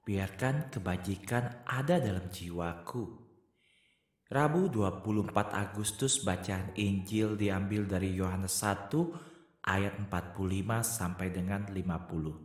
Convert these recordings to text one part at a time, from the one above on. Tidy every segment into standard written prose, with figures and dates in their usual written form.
Biarkan kebajikan ada dalam jiwaku. Rabu 24 Agustus bacaan Injil diambil dari Yohanes 1 ayat 45 sampai dengan 50.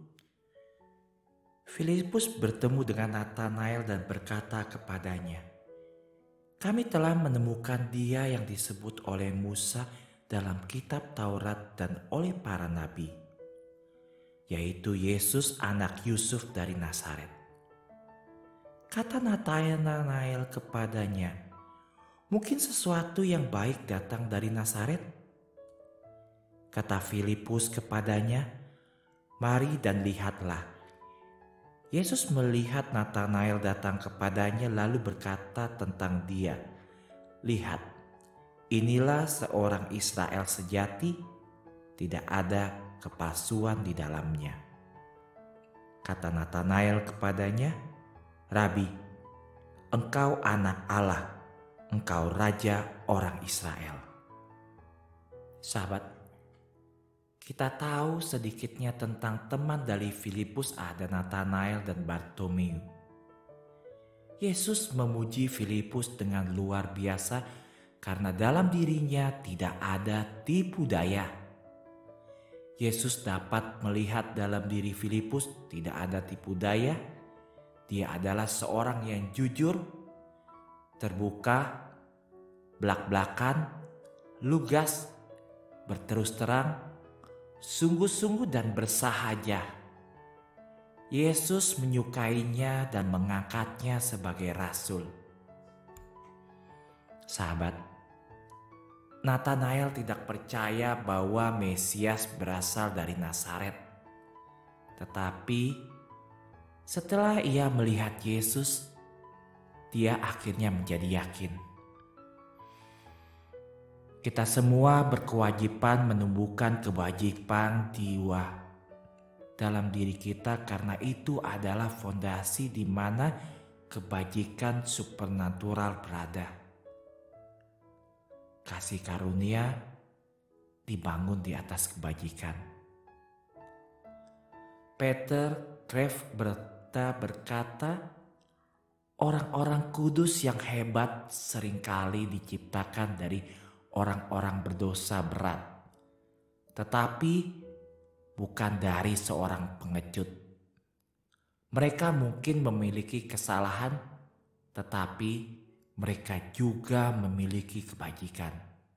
Filipus bertemu dengan Natanael dan berkata kepadanya, "Kami telah menemukan Dia yang disebut oleh Musa dalam kitab Taurat dan oleh para nabi, yaitu Yesus anak Yusuf dari Nazaret." Kata Natanael kepadanya, "Mungkin sesuatu yang baik datang dari Nazaret?" Kata Filipus kepadanya, "Mari dan lihatlah." Yesus melihat Natanael datang kepadanya lalu berkata tentang dia, "Lihat, inilah seorang Israel sejati, tidak ada kepalsuan di dalamnya." Kata Natanael kepadanya, "Rabi, engkau anak Allah, engkau raja orang Israel." Sahabat, kita tahu sedikitnya tentang teman dari Filipus ada Natanael dan Bartomeu. Yesus memuji Filipus dengan luar biasa karena dalam dirinya tidak ada tipu daya. Yesus dapat melihat dalam diri Filipus tidak ada tipu daya. Dia adalah seorang yang jujur, terbuka, belak-belakan, lugas, berterus terang, sungguh-sungguh dan bersahaja. Yesus menyukainya dan mengangkatnya sebagai rasul. Sahabat, Natanael tidak percaya bahwa Mesias berasal dari Nazaret. Tetapi setelah ia melihat Yesus, dia akhirnya menjadi yakin. Kita semua berkewajiban menumbuhkan kebajikan jiwa dalam diri kita karena itu adalah fondasi di mana kebajikan supernatural berada. Kasih karunia dibangun di atas kebajikan. Peter Kreeft berkata, orang-orang kudus yang hebat seringkali diciptakan dari orang-orang berdosa berat, tetapi bukan dari seorang pengecut. Mereka mungkin memiliki kesalahan, tetapi mereka juga memiliki kebajikan.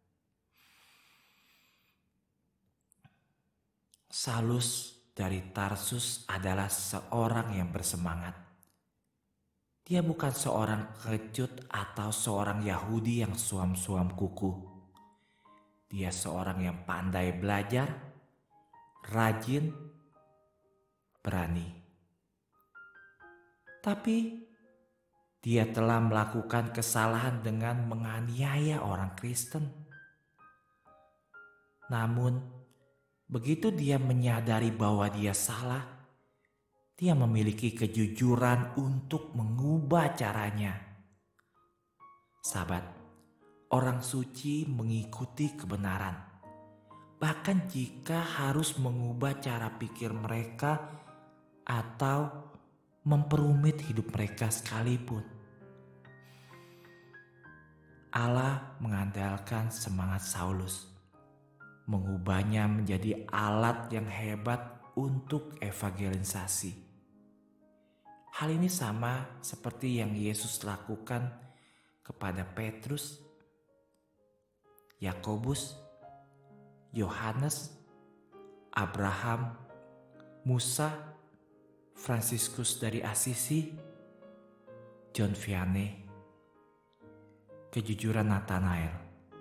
Saulus dari Tarsus adalah seorang yang bersemangat. Dia bukan seorang pengecut atau seorang Yahudi yang suam-suam kuku. Dia seorang yang pandai belajar, rajin, berani. Tapi dia telah melakukan kesalahan dengan menganiaya orang Kristen. Namun, begitu dia menyadari bahwa dia salah, dia memiliki kejujuran untuk mengubah caranya. Sahabat, orang suci mengikuti kebenaran, bahkan jika harus mengubah cara pikir mereka atau memperumit hidup mereka sekalipun. Allah mengandalkan semangat Saulus, mengubahnya menjadi alat yang hebat untuk evangelisasi. Hal ini sama seperti yang Yesus lakukan kepada Petrus, Yakobus, Yohanes, Abraham, Musa, Fransiskus dari Assisi, John Vianney, kejujuran Natanael.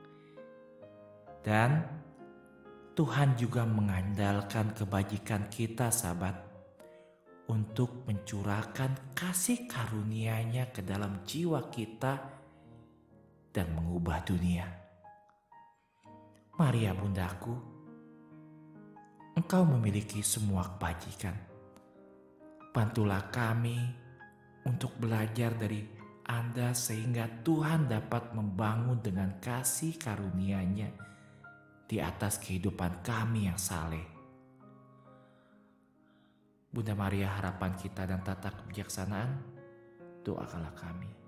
Dan Tuhan juga mengandalkan kebajikan kita, sahabat, untuk mencurahkan kasih karunia-Nya ke dalam jiwa kita dan mengubah dunia. Maria bundaku, engkau memiliki semua kebajikan. Bantulah kami untuk belajar dari Anda sehingga Tuhan dapat membangun dengan kasih karunia-Nya di atas kehidupan kami yang saleh. Bunda Maria harapan kita dan tata kebijaksanaan, doakanlah kami.